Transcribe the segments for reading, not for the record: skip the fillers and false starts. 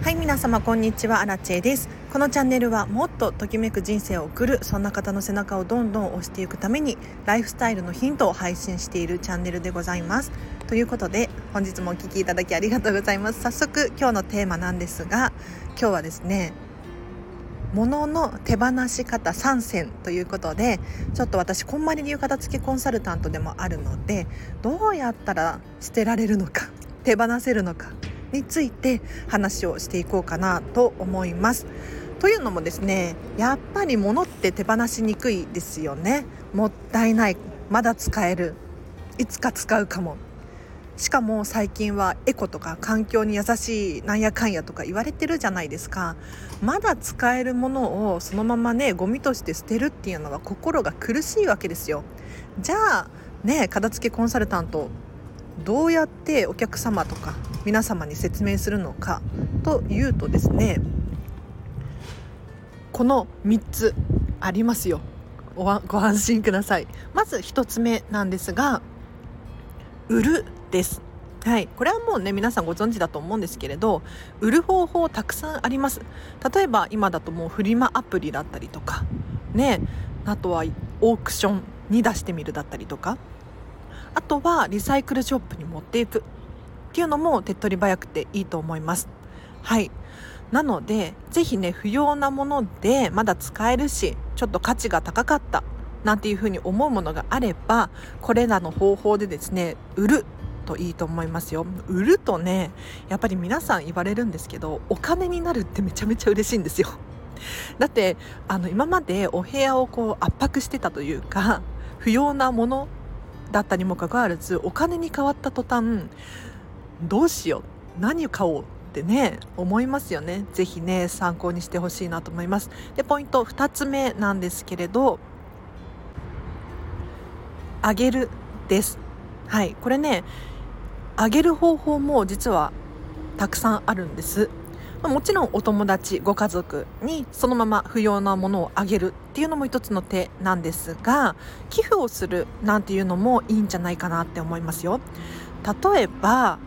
はい、皆様こんにちは、アラチェです。このチャンネルはもっとときめく人生を送る、そんな方の背中をどんどん押していくためにライフスタイルのヒントを配信しているチャンネルでございます。ということで本日もお聞きいただきありがとうございます。早速今日のテーマなんですが、今日はですね、物の手放し方3選ということで、ちょっと私こんまり流片付けコンサルタントでもあるので、どうやったら捨てられるのか、手放せるのかについて話をしていこうかなと思います。というのもですね、やっぱり物って手放しにくいですよね。もったいない、まだ使える、いつか使うかも。しかも最近はエコとか環境に優しいなんやかんやとか言われてるじゃないですか。まだ使えるものをそのままね、ゴミとして捨てるっていうのは心が苦しいわけですよ。じゃあね、片付けコンサルタントどうやってお客様とか皆様に説明するのかというとですね、この3つありますよ。ご安心ください。まず1つ目なんですが、売るです。はい、これはもうね、皆さんご存知だと思うんですけれど、売る方法たくさんあります。例えば今だともうフリマアプリだったりとかね、あとはオークションに出してみるだったりとか、あとはリサイクルショップに持っていくっていうのも手っ取り早くていいと思います。はい、なのでぜひね、不要なものでまだ使えるし、ちょっと価値が高かったなんていうふうに思うものがあれば、これらの方法でですね、売るといいと思いますよ。売るとね、やっぱり皆さん言われるんですけど、お金になるってめちゃめちゃ嬉しいんですよ。だって今までお部屋をこう圧迫してたというか、不要なものだったにもかかわらず、お金に変わった途端、どうしよう、何を買おうってね、思いますよね。ぜひね、参考にしてほしいなと思います。で、ポイント2つ目なんですけれど、あげるです。はい、これね、あげる方法も実はたくさんあるんです。もちろんお友達、ご家族にそのまま不要なものをあげるっていうのも一つの手なんですが、寄付をするなんていうのもいいんじゃないかなって思いますよ。例えば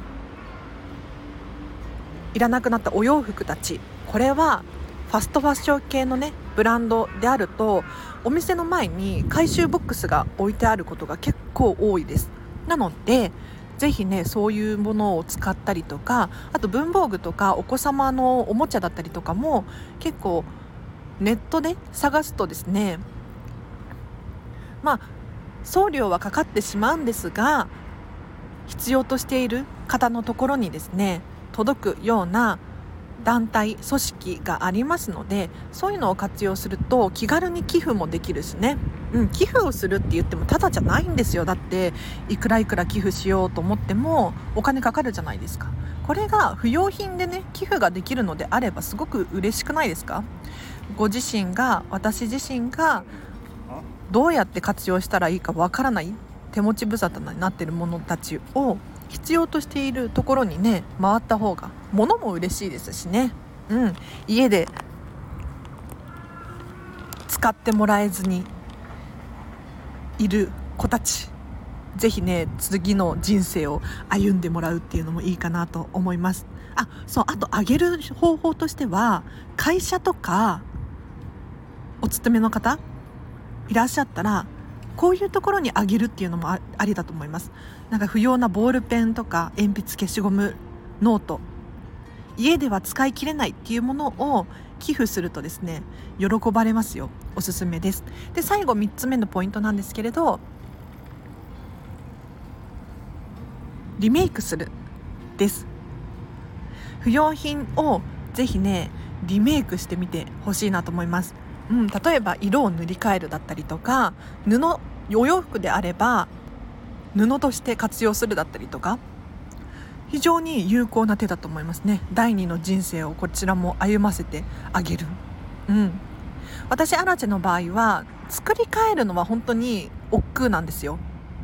いらなくなったお洋服たち、これはファストファッション系のね、ブランドであると、お店の前に回収ボックスが置いてあることが結構多いです。なのでぜひね、そういうものを使ったりとか、あと文房具とかお子様のおもちゃだったりとかも結構ネットで探すとですね、送料はかかってしまうんですが、必要としている方のところにですね、届くような団体、組織がありますので、そういうのを活用すると気軽に寄付もできるしね。寄付をするって言ってもただじゃないんですよ。だっていくら寄付しようと思ってもお金かかるじゃないですか。これが不要品でね、寄付ができるのであればすごく嬉しくないですか？私自身がどうやって活用したらいいかわからない、手持ち無沙汰になっているものたちを必要としているところにね、回った方が物も嬉しいですしね。家で使ってもらえずにいる子たち、ぜひね、次の人生を歩んでもらうっていうのもいいかなと思います。あとあげる方法としては、会社とかお勤めの方いらっしゃったら、こういうところにあげるっていうのもありだと思います。なんか不要なボールペンとか鉛筆、消しゴム、ノート、家では使い切れないっていうものを寄付するとですね、喜ばれますよ。おすすめです。で、最後3つ目のポイントなんですけれど、リメイクするです。不要品をぜひね、リメイクしてみてほしいなと思います。例えば色を塗り替えるだったりとか、お洋服であれば布として活用するだったりとか、非常に有効な手だと思いますね。第二の人生をこちらも歩ませてあげる。私アラチェの場合は作り変えるのは本当に億劫なんですよ。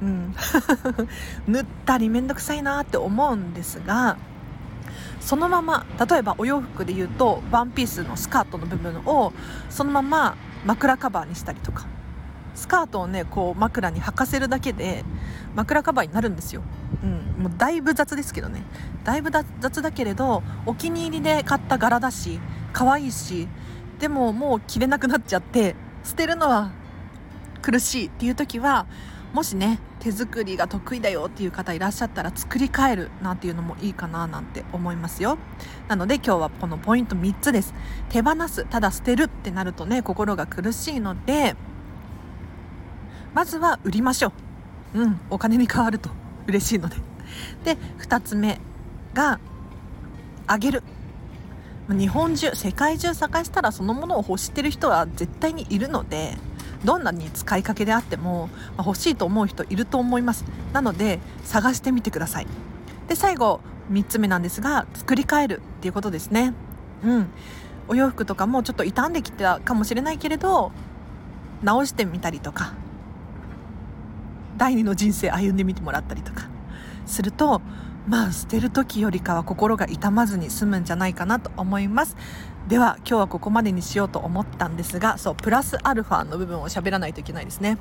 塗ったりめんどくさいなって思うんですが、そのまま、例えばお洋服で言うとワンピースのスカートの部分をそのまま枕カバーにしたりとか、スカートをね、こう枕に履かせるだけで枕カバーになるんですよ。 もうだいぶ雑ですけどね、だいぶ雑だけれどお気に入りで買った柄だし可愛いし、でももう着れなくなっちゃって捨てるのは苦しいっていう時は、もしね手作りが得意だよっていう方いらっしゃったら作り変えるなんていうのもいいかななんて思いますよ。なので今日はこのポイント3つです。手放す、ただ捨てるってなるとね心が苦しいので、まずは売りましょう。お金に変わると嬉しいので。で2つ目があげる。日本中世界中探したらそのものを欲してる人は絶対にいるので、どんなに使いかけであっても、欲しいと思う人いると思います。なので探してみてください。で最後3つ目なんですが、作り変えるっていうことですね。お洋服とかもちょっと傷んできたかもしれないけれど直してみたりとか、第二の人生歩んでみてもらったりとかすると、捨てる時よりかは心が痛まずに済むんじゃないかなと思います。では今日はここまでにしようと思ったんですが、プラスアルファの部分を喋らないといけないですね。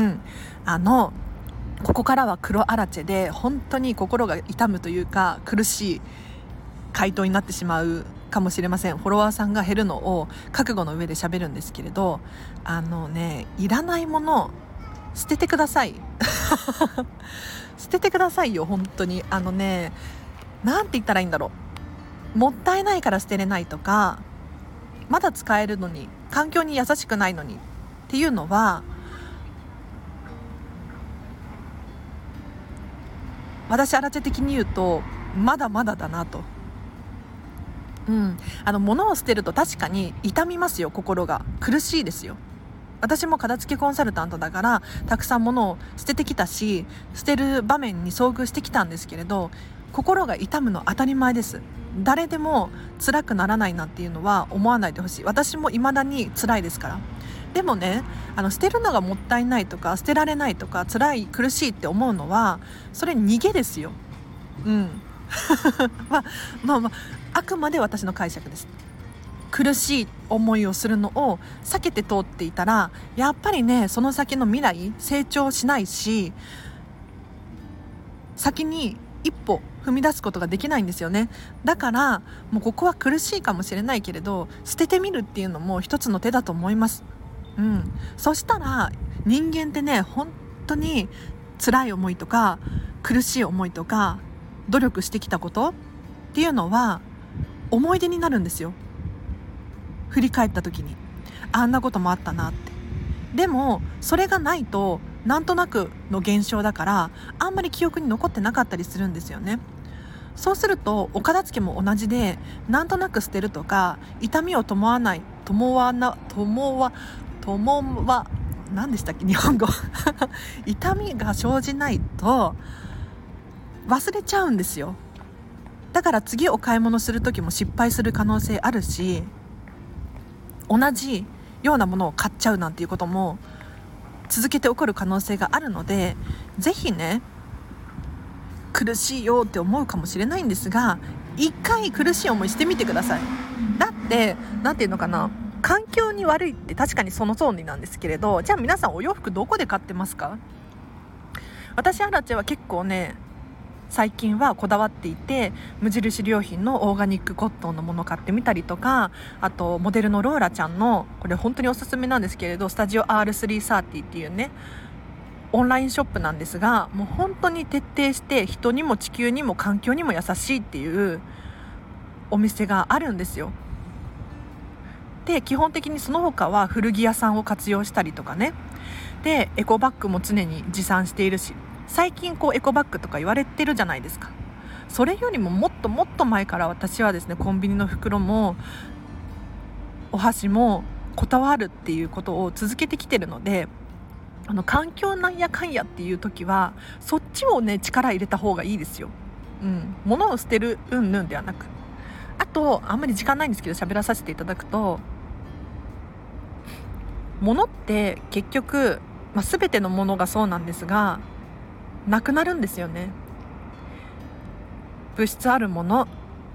ここからは黒アラチェで本当に心が痛むというか苦しい回答になってしまうかもしれません。フォロワーさんが減るのを覚悟の上で喋るんですけれど、いらないもの捨ててください捨ててくださいよ、本当に。なんて言ったらいいんだろう、もったいないから捨てれないとか、まだ使えるのに環境に優しくないのにっていうのは、私アラチェ的に言うとまだまだだなと。物を捨てると確かに痛みますよ、心が苦しいですよ。私も片付けコンサルタントだからたくさん物を捨ててきたし、捨てる場面に遭遇してきたんですけれど、心が痛むの当たり前です。誰でも辛くならないなんていうのは思わないでほしい。私も未だに辛いですから。でもね、捨てるのがもったいないとか捨てられないとか辛い苦しいって思うのは、それ逃げですよ。あくまで私の解釈です。苦しい思いをするのを避けて通っていたら、やっぱりねその先の未来成長しないし、先に一歩踏み出すことができないんですよね。だからもうここは苦しいかもしれないけれど捨ててみるっていうのも一つの手だと思います。そしたら人間ってね、本当に辛い思いとか苦しい思いとか努力してきたことっていうのは思い出になるんですよ。振り返った時にあんなこともあったなって。でもそれがないとなんとなくの現象だから、あんまり記憶に残ってなかったりするんですよね。そうするとお片付けも同じで、なんとなく捨てるとか痛みを何でしたっけ日本語痛みが生じないと忘れちゃうんですよ。だから次お買い物する時も失敗する可能性あるし、同じようなものを買っちゃうなんていうことも続けて起こる可能性があるので、ぜひね苦しいよって思うかもしれないんですが、一回苦しい思いしてみてください。だってなんていうのかな、環境に悪いって確かにその通りなんですけれど、じゃあ皆さんお洋服どこで買ってますか？私アラチェは結構ね最近はこだわっていて、無印良品のオーガニックコットンのものを買ってみたりとか、あとモデルのローラちゃんの、これ本当におすすめなんですけれど、スタジオ R330 っていうねオンラインショップなんですが、もう本当に徹底して人にも地球にも環境にも優しいっていうお店があるんですよ。で基本的にその他は古着屋さんを活用したりとかね、でエコバッグも常に持参しているし、最近エコバッグとか言われてるじゃないですか。それよりももっともっと前から私はですね、コンビニの袋もお箸もこだわるっていうことを続けてきてるので、環境なんやかんやっていう時はそっちをね力入れた方がいいですよ。物を捨てるうんぬんではなく。あとあんまり時間ないんですけど喋らさせていただくと、物って結局、全てのものがそうなんですがなくなるんですよね。物質あるもの、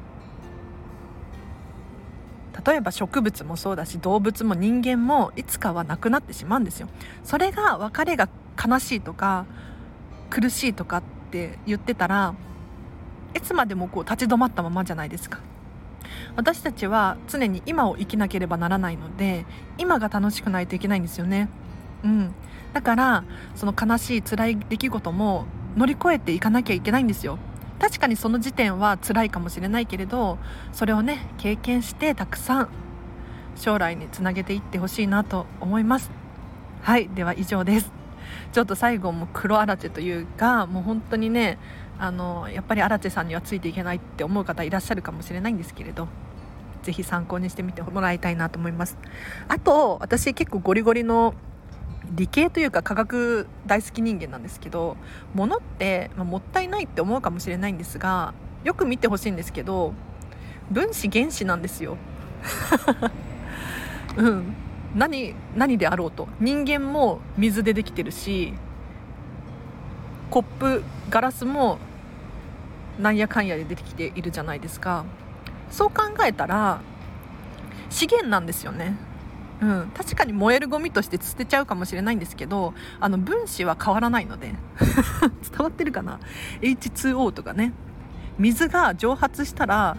例えば植物もそうだし動物も人間もいつかはなくなってしまうんですよ。それが別れが悲しいとか苦しいとかってって言ってたらいつまでもこう立ち止まったままじゃないですか。私たちは常に今を生きなければならないので、今が楽しくないといけないんですよね。だからその悲しい辛い出来事も乗り越えていかなきゃいけないんですよ。確かにその時点は辛いかもしれないけれど、それをね経験してたくさん将来につなげていってほしいなと思います。はい、では以上です。ちょっと最後も黒アラチェというか、もう本当にねやっぱりアラチェさんにはついていけないって思う方いらっしゃるかもしれないんですけれど、ぜひ参考にしてみてもらいたいなと思います。あと私結構ゴリゴリの理系というか科学大好き人間なんですけど、物って、もったいないって思うかもしれないんですが、よく見てほしいんですけど、分子原子なんですよ何であろうと、人間も水でできてるし、コップガラスもなんやかんやで出てきているじゃないですか。そう考えたら資源なんですよね。確かに燃えるゴミとして捨てちゃうかもしれないんですけど、分子は変わらないので伝わってるかな。 H2O とかね、水が蒸発したら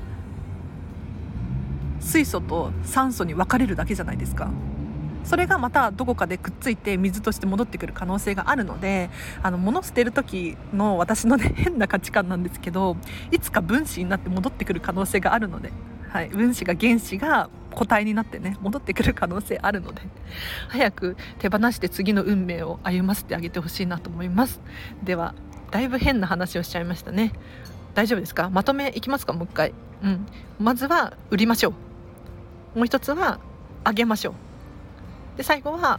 水素と酸素に分かれるだけじゃないですか。それがまたどこかでくっついて水として戻ってくる可能性があるので、物捨てる時の私のね変な価値観なんですけど、いつか分子になって戻ってくる可能性があるので、分子が原子が固体になってね戻ってくる可能性あるので、早く手放して次の運命を歩ませてあげてほしいなと思います。ではだいぶ変な話をしちゃいましたね。大丈夫ですか？まとめいきますか？もう一回。まずは売りましょう。もう一つはあげましょう。で最後は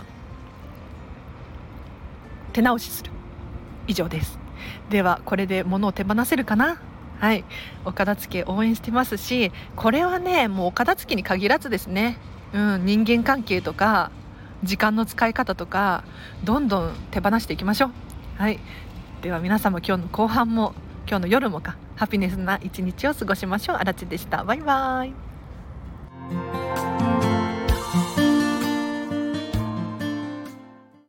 手直しする。以上です。ではこれで物を手放せるかな。お片付け応援してますし、これはねもうお片付けに限らずですね、人間関係とか時間の使い方とかどんどん手放していきましょう。では皆様今日の後半も今日の夜もハピネスな一日を過ごしましょう。あらちでした。バイバイ。